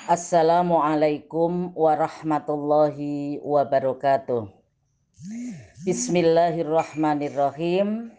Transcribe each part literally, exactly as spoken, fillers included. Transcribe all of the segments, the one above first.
Assalamualaikum warahmatullahi wabarakatuh. Bismillahirrahmanirrahim.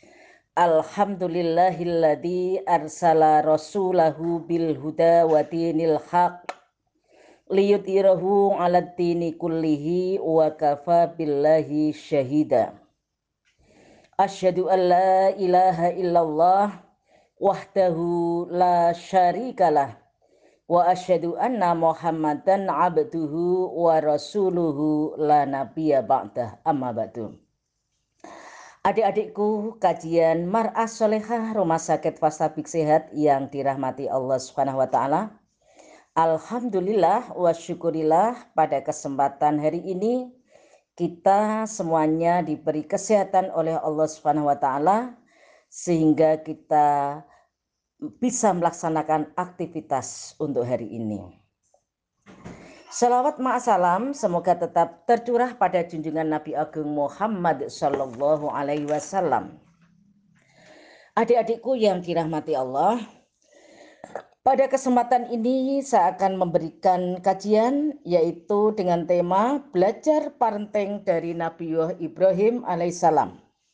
Alhamdulillahilladzi arsala rasulahu bil huda wa dinil haq liyudhhirahu 'alad dini kullihi wa kafa billahi syahida. Asyhadu an la ilaha illallah wahdahu la syarikalah wa asyhadu anna Muhammadan abduhu wa rasuluhu la nabiyya ba'dah, amma ba'du. Adik-adikku, kajian Mar'ah Sholehah Rumah Sakit Fastabik Sehat yang dirahmati Allah Subhanahu wa taala. Alhamdulillah wa syukurillah, pada kesempatan hari ini kita semuanya diberi kesehatan oleh Allah Subhanahu wa taala sehingga kita bisa melaksanakan aktivitas untuk hari ini. Salawat ma'asalam semoga tetap tercurah pada junjungan Nabi Agung Muhammad Sallallahu Alaihi Wasallam. Adik-adikku yang dirahmati Allah, pada kesempatan ini saya akan memberikan kajian yaitu dengan tema belajar parenting dari Nabiullah Ibrahim alaihissalam.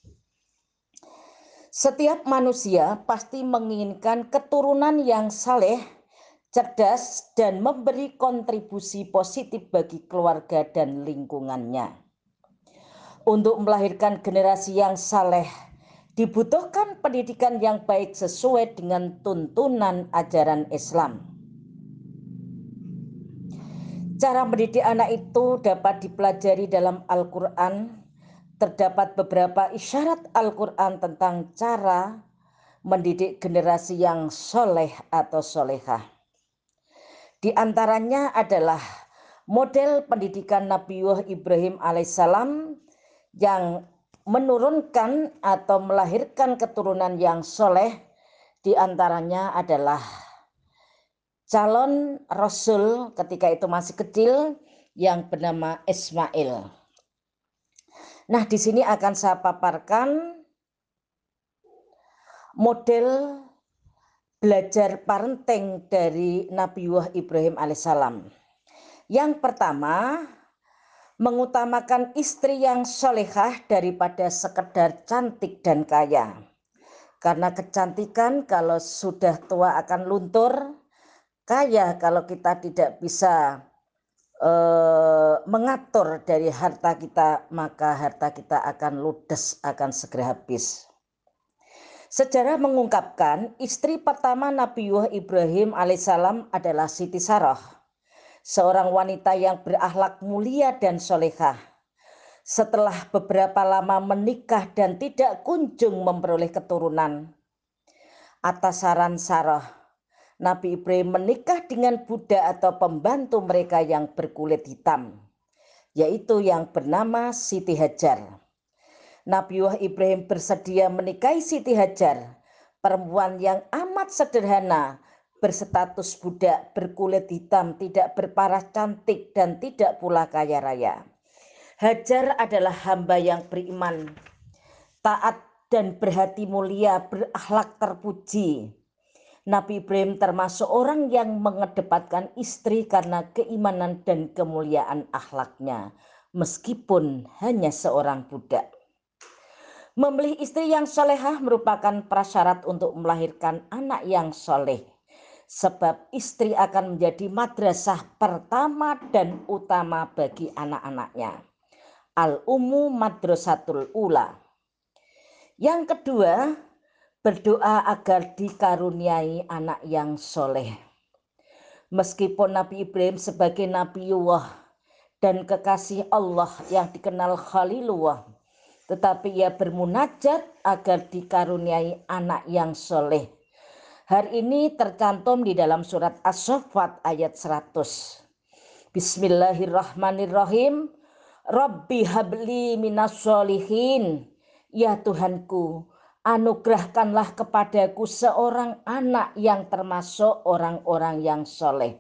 Setiap manusia pasti menginginkan keturunan yang saleh, cerdas, dan memberi kontribusi positif bagi keluarga dan lingkungannya. Untuk melahirkan generasi yang saleh, dibutuhkan pendidikan yang baik sesuai dengan tuntunan ajaran Islam. Cara mendidik anak itu dapat dipelajari dalam Al-Quran. Terdapat beberapa isyarat Al-Quran tentang cara mendidik generasi yang soleh atau solehah. Di antaranya adalah model pendidikan Nabiullah Ibrahim alaihissalam yang menurunkan atau melahirkan keturunan yang soleh. Di antaranya adalah calon Rasul ketika itu masih kecil yang bernama Ismail. Nah, di sini akan saya paparkan model belajar parenting dari Nabiullah Ibrahim alaihissalam. Yang pertama, mengutamakan istri yang solehah daripada sekedar cantik dan kaya. Karena kecantikan kalau sudah tua akan luntur, kaya kalau kita tidak bisa eh, mengatur dari harta kita, maka harta kita akan ludes, akan segera habis. Sejarah mengungkapkan istri pertama Nabiullah Ibrahim alaihissalam adalah Siti Sarah, seorang wanita yang berakhlak mulia dan solehah. Setelah beberapa lama menikah dan tidak kunjung memperoleh keturunan, atas saran Sarah, Nabi Ibrahim menikah dengan budak atau pembantu mereka yang berkulit hitam, yaitu yang bernama Siti Hajar. Nabiullah Ibrahim bersedia menikahi Siti Hajar, perempuan yang amat sederhana, berstatus budak, berkulit hitam, tidak berparas cantik, dan tidak pula kaya raya. Hajar adalah hamba yang beriman, taat, dan berhati mulia, berakhlak terpuji. Nabi Ibrahim termasuk orang yang mengedepankan istri karena keimanan dan kemuliaan akhlaknya, meskipun hanya seorang budak. Memilih istri yang solehah merupakan prasyarat untuk melahirkan anak yang soleh, sebab istri akan menjadi madrasah pertama dan utama bagi anak-anaknya. Al-Ummu Madrasatul Ula. Yang kedua, berdoa agar dikaruniai anak yang soleh. Meskipun Nabi Ibrahim sebagai Nabiullah dan kekasih Allah yang dikenal Khalilullah, tetapi ia bermunajat agar dikaruniai anak yang soleh. Hal ini tercantum di dalam surat As-Saffat ayat seratus. Bismillahirrahmanirrahim. Rabbi habli minas sholihin. Ya Tuhanku, anugerahkanlah kepadaku seorang anak yang termasuk orang-orang yang soleh.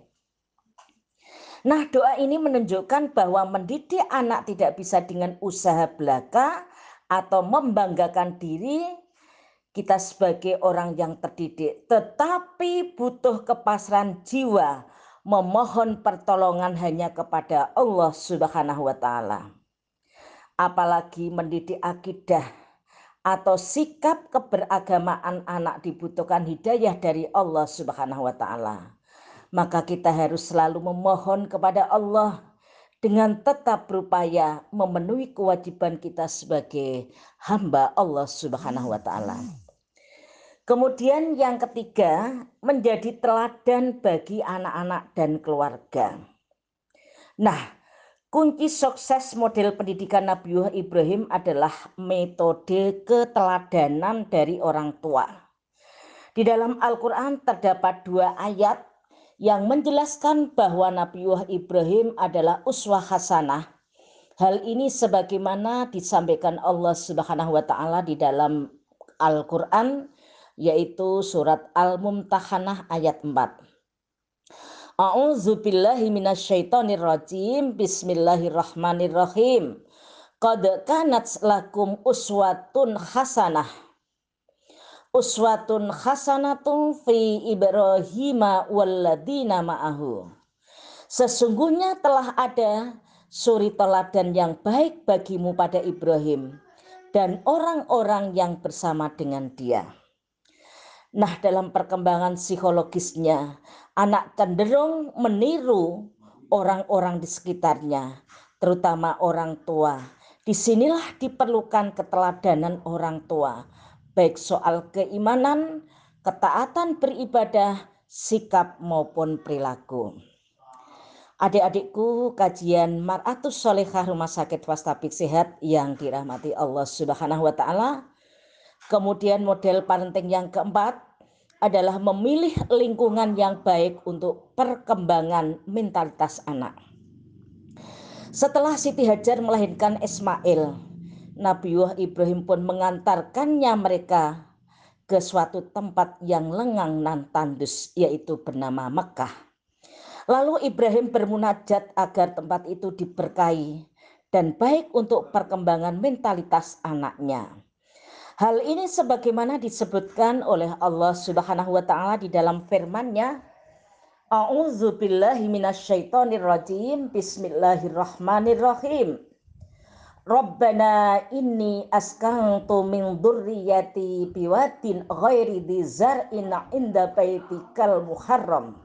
Nah, doa ini menunjukkan bahwa mendidik anak tidak bisa dengan usaha belaka atau membanggakan diri kita sebagai orang yang terdidik, tetapi butuh kepasrahan jiwa, memohon pertolongan hanya kepada Allah Subhanahu wa taala. Apalagi mendidik akidah atau sikap keberagamaan anak dibutuhkan hidayah dari Allah Subhanahu wa taala. Maka kita harus selalu memohon kepada Allah dengan tetap berupaya memenuhi kewajiban kita sebagai hamba Allah Subhanahu wa taala. Kemudian yang ketiga, menjadi teladan bagi anak-anak dan keluarga. Nah, kunci sukses model pendidikan Nabiullah Ibrahim adalah metode keteladanan dari orang tua. Di dalam Al-Quran terdapat dua ayat yang menjelaskan bahwa Nabiullah Ibrahim adalah uswah hasanah. Hal ini sebagaimana disampaikan Allah Subhanahu wa taala di dalam Al-Quran, yaitu surat Al-Mumtahanah ayat empat. A'udzubillahi minasyaitonirrajim. Bismillahirrahmanirrahim. Qad kanat lakum uswatun hasanah. Uswatun hasanatun fi Ibrahima walladina ma'ahu. Sesungguhnya telah ada suri teladan yang baik bagimu pada Ibrahim dan orang-orang yang bersama dengan dia. Nah, dalam perkembangan psikologisnya, anak cenderung meniru orang-orang di sekitarnya, terutama orang tua. Disinilah diperlukan keteladanan orang tua, baik soal keimanan, ketaatan beribadah, sikap maupun perilaku. Adik-adikku, kajian Mar'atus Sholihah Rumah Sakit Wastabik Sehat yang dirahmati Allah Subhanahu wa taala. Kemudian model parenting yang keempat adalah memilih lingkungan yang baik untuk perkembangan mentalitas anak. Setelah Siti Hajar melahirkan Ismail, Nabiullah Ibrahim pun mengantarkannya mereka ke suatu tempat yang lengang nan tandus, yaitu bernama Mekah. Lalu Ibrahim bermunajat agar tempat itu diberkahi dan baik untuk perkembangan mentalitas anaknya. Hal ini sebagaimana disebutkan oleh Allah Subhanahu wa taala di dalam firman-Nya, A'udzubillahi minasyaitonirrajim. Bismillahirrahmanirrahim. Rabbana inni askantu min dzurriyyati biwadin ghairi dzar'in 'inda baitikal muharram.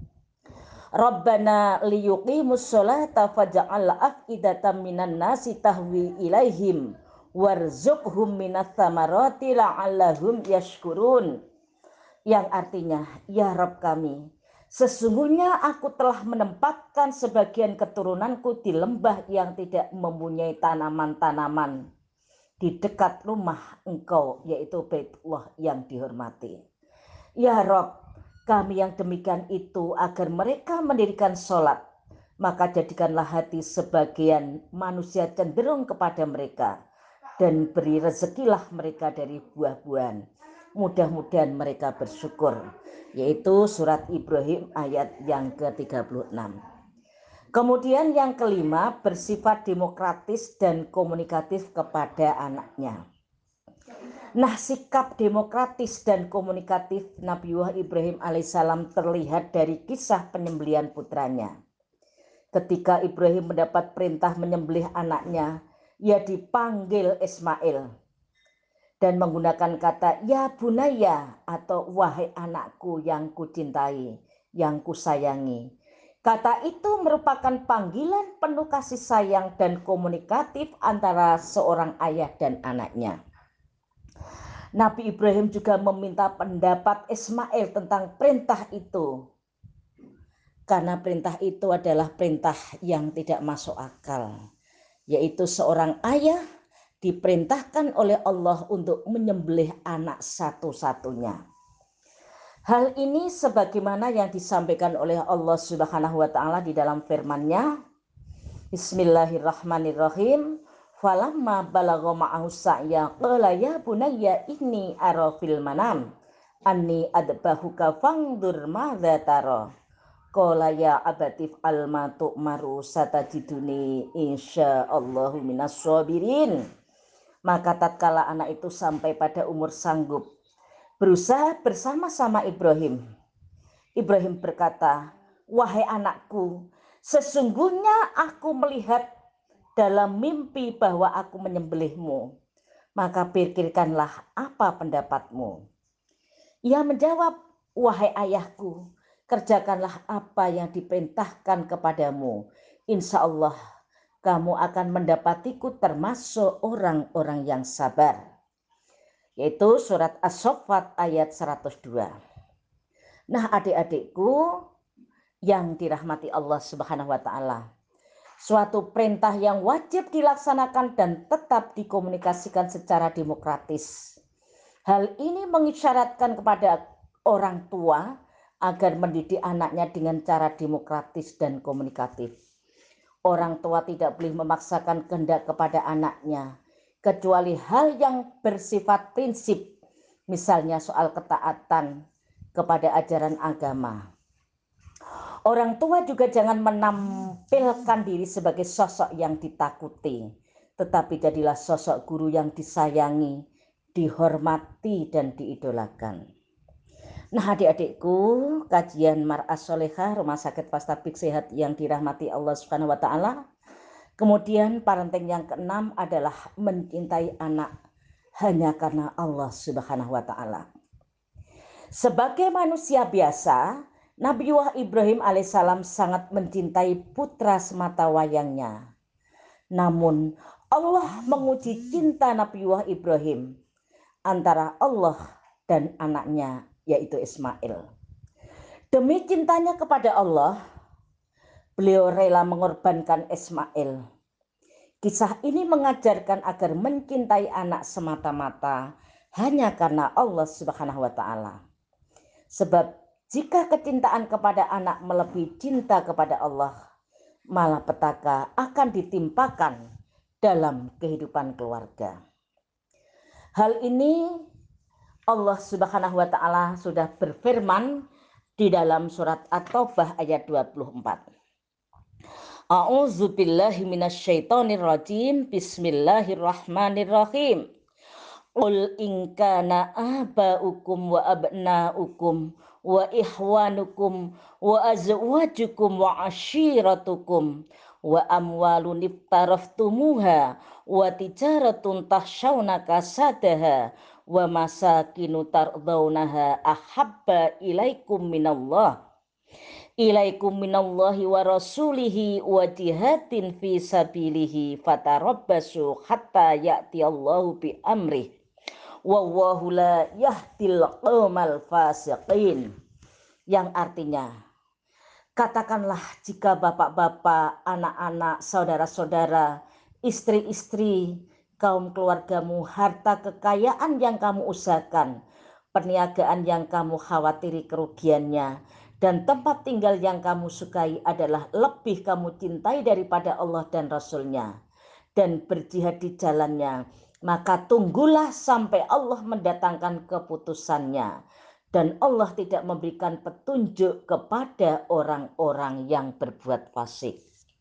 Rabbana liyuqimus sholata faj'al af'idatan minan nasi tahwi ilaihim warzuqhum minats tsamarati la'allahum yashkurun. Yang artinya, ya Rabb kami, sesungguhnya aku telah menempatkan sebagian keturunanku di lembah yang tidak mempunyai tanaman-tanaman di dekat rumah engkau, yaitu Baitullah yang dihormati. Ya Rabb, kami yang demikian itu agar mereka mendirikan sholat, maka jadikanlah hati sebagian manusia cenderung kepada mereka, dan beri rezekilah mereka dari buah-buahan. Mudah-mudahan mereka bersyukur. Yaitu surat Ibrahim ayat yang ke tiga puluh enam. Kemudian yang kelima, bersifat demokratis dan komunikatif kepada anaknya. Nah, sikap demokratis dan komunikatif Nabiullah Ibrahim alaihissalam terlihat dari kisah penyembelihan putranya. Ketika Ibrahim mendapat perintah menyembelih anaknya, ia dipanggil Ismail dan menggunakan kata ya bunaya atau wahai anakku yang kucintai, yang kusayangi. Kata itu merupakan panggilan penuh kasih sayang dan komunikatif antara seorang ayah dan anaknya. Nabi Ibrahim juga meminta pendapat Ismail tentang perintah itu, karena perintah itu adalah perintah yang tidak masuk akal, yaitu seorang ayah diperintahkan oleh Allah untuk menyembelih anak satu-satunya. Hal ini sebagaimana yang disampaikan oleh Allah Subhanahu wa taala di dalam firman-Nya, Bismillahirrahmanirrahim. Falamma balagha ma'ahu sa'ya qala ya bunayya inni ara fil manam anni adbahuka fangdur madza tara. Qala ya abatif alma tu'maru satajiduni insyaallahu minas sabirin. Maka tatkala anak itu sampai pada umur sanggup berusaha bersama-sama Ibrahim, Ibrahim berkata, wahai anakku, sesungguhnya aku melihat dalam mimpi bahwa aku menyembelihmu. Maka pikirkanlah apa pendapatmu. Ia menjawab, wahai ayahku, kerjakanlah apa yang diperintahkan kepadamu. Insya Allah kamu akan mendapatiku termasuk orang-orang yang sabar. Yaitu surat As-Saffat ayat seratus dua. Nah adik-adikku yang dirahmati Allah Subhanahu wa Ta'ala, suatu perintah yang wajib dilaksanakan dan tetap dikomunikasikan secara demokratis. Hal ini mengisyaratkan kepada orang tua agar mendidik anaknya dengan cara demokratis dan komunikatif. Orang tua tidak boleh memaksakan kehendak kepada anaknya, kecuali hal yang bersifat prinsip, misalnya soal ketaatan kepada ajaran agama. Orang tua juga jangan menampilkan diri sebagai sosok yang ditakuti, tetapi jadilah sosok guru yang disayangi, dihormati dan diidolakan. Nah adik-adikku, kajian Mar'ah Sholehah Rumah Sakit Fastabik Sehat yang dirahmati Allah Subhanahu wa Ta'ala. Kemudian parenting yang keenam adalah mencintai anak hanya karena Allah Subhanahu wa Ta'ala. Sebagai manusia biasa, Nabiullah Ibrahim alaihissalam sangat mencintai putra semata wayangnya. Namun Allah menguji cinta Nabiullah Ibrahim antara Allah dan anaknya yaitu Ismail. Demi cintanya kepada Allah, beliau rela mengorbankan Ismail. Kisah ini mengajarkan agar mencintai anak semata-mata hanya karena Allah Subhanahu wa Ta'ala. Sebab jika kecintaan kepada anak melebihi cinta kepada Allah, malapetaka akan ditimpakan dalam kehidupan keluarga. Hal ini Allah Subhanahu wa Ta'ala sudah berfirman di dalam surat At-Taubah ayat dua puluh empat. A'udzubillahi minasyaitonirrajim. Bismillahirrahmanirrahim. Qul in kana aba'ukum wa abna'ukum wa ihwanukum wa azwajukum wa ashiratukum wa amwalun iftaraftumuha wa tijaratun tahsyawna kasadaha wa masakinu tardawnaha ahabba ilaikum minallah ilaikum minallahi wa rasulihi wa jihadin fi sabilihi fatarabbasu hatta ya'tiyallahu bi amrih wallahu la yahdil qaumal fasiqin. Yang artinya, katakanlah jika bapak-bapak, anak-anak, saudara-saudara, istri-istri, kaum keluargamu, harta kekayaan yang kamu usahakan, perniagaan yang kamu khawatiri kerugiannya, dan tempat tinggal yang kamu sukai adalah lebih kamu cintai daripada Allah dan Rasul-Nya, dan berjihad di jalannya, maka tunggulah sampai Allah mendatangkan keputusannya. Dan Allah tidak memberikan petunjuk kepada orang-orang yang berbuat fasik.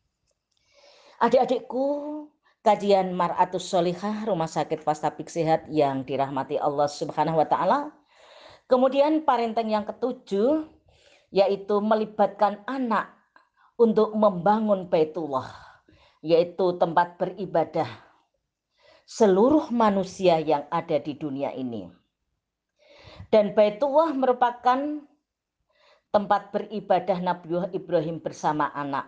Adik-adikku, kajian Mar'atus Sholehah Rumah Sakit Fastabik Sehat yang dirahmati Allah Subhanahu wa Ta'ala. Kemudian parenting yang ketujuh, yaitu melibatkan anak untuk membangun Baitullah, yaitu tempat beribadah seluruh manusia yang ada di dunia ini. Dan Baitullah merupakan tempat beribadah Nabiullah Ibrahim bersama anak.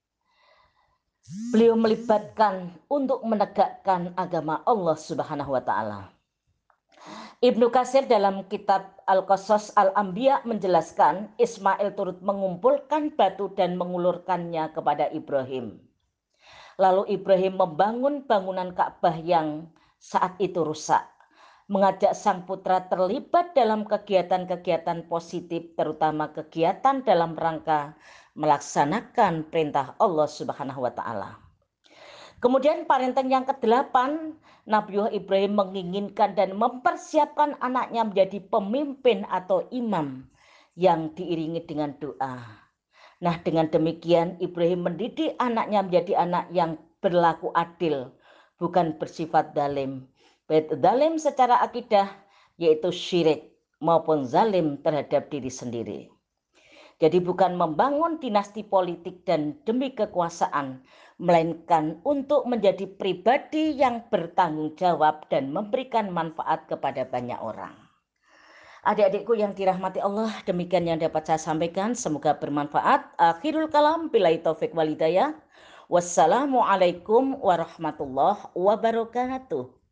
Beliau melibatkan untuk menegakkan agama Allah Subhanahu wa Ta'ala. Ibnu Katsir dalam kitab Al-Qasas Al-Anbiya menjelaskan Ismail turut mengumpulkan batu dan mengulurkannya kepada Ibrahim. Lalu Ibrahim membangun bangunan Ka'bah yang saat itu rusak, mengajak sang putra terlibat dalam kegiatan-kegiatan positif, terutama kegiatan dalam rangka melaksanakan perintah Allah Subhanahu wa Ta'ala. Kemudian parenting yang kedelapan, Nabiullah Ibrahim menginginkan dan mempersiapkan anaknya menjadi pemimpin atau imam yang diiringi dengan doa. Nah, dengan demikian Ibrahim mendidik anaknya menjadi anak yang berlaku adil, bukan bersifat zalim. Baik zalim secara akidah, yaitu syirik, maupun zalim terhadap diri sendiri. Jadi bukan membangun dinasti politik dan demi kekuasaan, melainkan untuk menjadi pribadi yang bertanggung jawab dan memberikan manfaat kepada banyak orang. Adik-adikku yang dirahmati Allah, demikian yang dapat saya sampaikan. Semoga bermanfaat. Akhirul kalam, billahi taufik walhidayah. Wassalamualaikum warahmatullahi wabarakatuh.